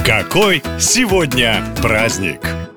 Какой сегодня праздник?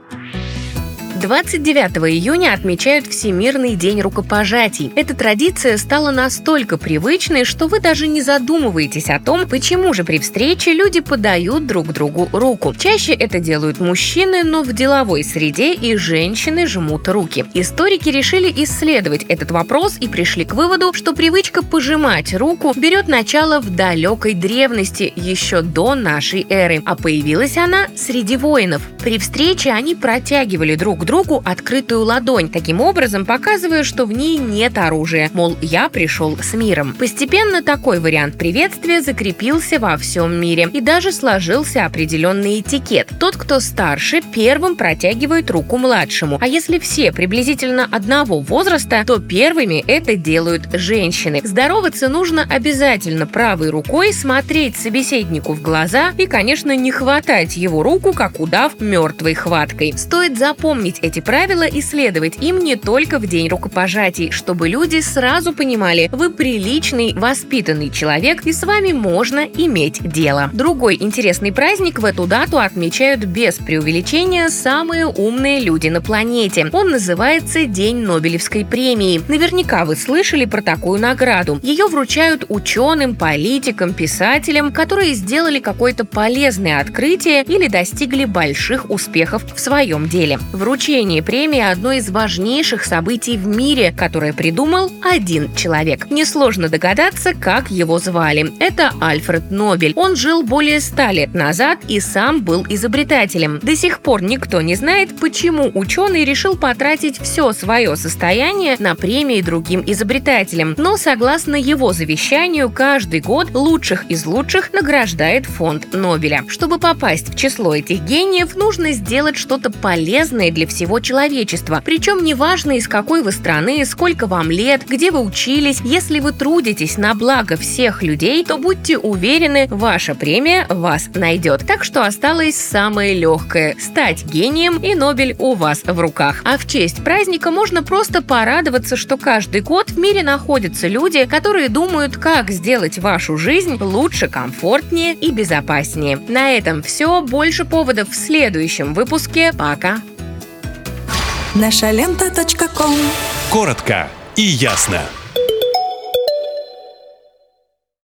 29 июня отмечают Всемирный день рукопожатий. Эта традиция стала настолько привычной, что вы даже не задумываетесь о том, почему же при встрече люди подают друг другу руку. Чаще это делают мужчины, но в деловой среде и женщины жмут руки. Историки решили исследовать этот вопрос и пришли к выводу, что привычка пожимать руку берет начало в далекой древности, еще до нашей эры. А появилась она среди воинов. При встрече они протягивали друг другу открытую ладонь, таким образом показывая, что в ней нет оружия, мол, я пришел с миром. Постепенно такой вариант приветствия закрепился во всем мире и даже сложился определенный этикет. Тот, кто старше, первым протягивает руку младшему, а если все приблизительно одного возраста, то первыми это делают женщины. Здороваться нужно обязательно правой рукой, смотреть собеседнику в глаза и, конечно, не хватать его руку, как удав, мертвой хваткой. Стоит запомнить эти правила и следовать им не только в день рукопожатий, чтобы люди сразу понимали, вы приличный, воспитанный человек и с вами можно иметь дело. Другой интересный праздник в эту дату отмечают без преувеличения самые умные люди на планете. Он называется День Нобелевской премии. Наверняка вы слышали про такую награду. Ее вручают ученым, политикам, писателям, которые сделали какое-то полезное открытие или достигли больших успехов в своем деле. Вручение премии – одно из важнейших событий в мире, которое придумал один человек. Несложно догадаться, как его звали. Это Альфред Нобель. Он жил более 100 лет назад и сам был изобретателем. До сих пор никто не знает, почему ученый решил потратить все свое состояние на премии другим изобретателям. Но, согласно его завещанию, каждый год лучших из лучших награждает фонд Нобеля. Чтобы попасть в число этих гениев, нужно сделать что-то полезное для всего человечества. Причем неважно, из какой вы страны, сколько вам лет, где вы учились, если вы трудитесь на благо всех людей, то будьте уверены, ваша премия вас найдет. Так что осталось самое легкое – стать гением, и Нобель у вас в руках. А в честь праздника можно просто порадоваться, что каждый год в мире находятся люди, которые думают, как сделать вашу жизнь лучше, комфортнее и безопаснее. На этом все. Больше поводов в следующем выпуске. Пока! Нашалента.ком. Коротко и ясно.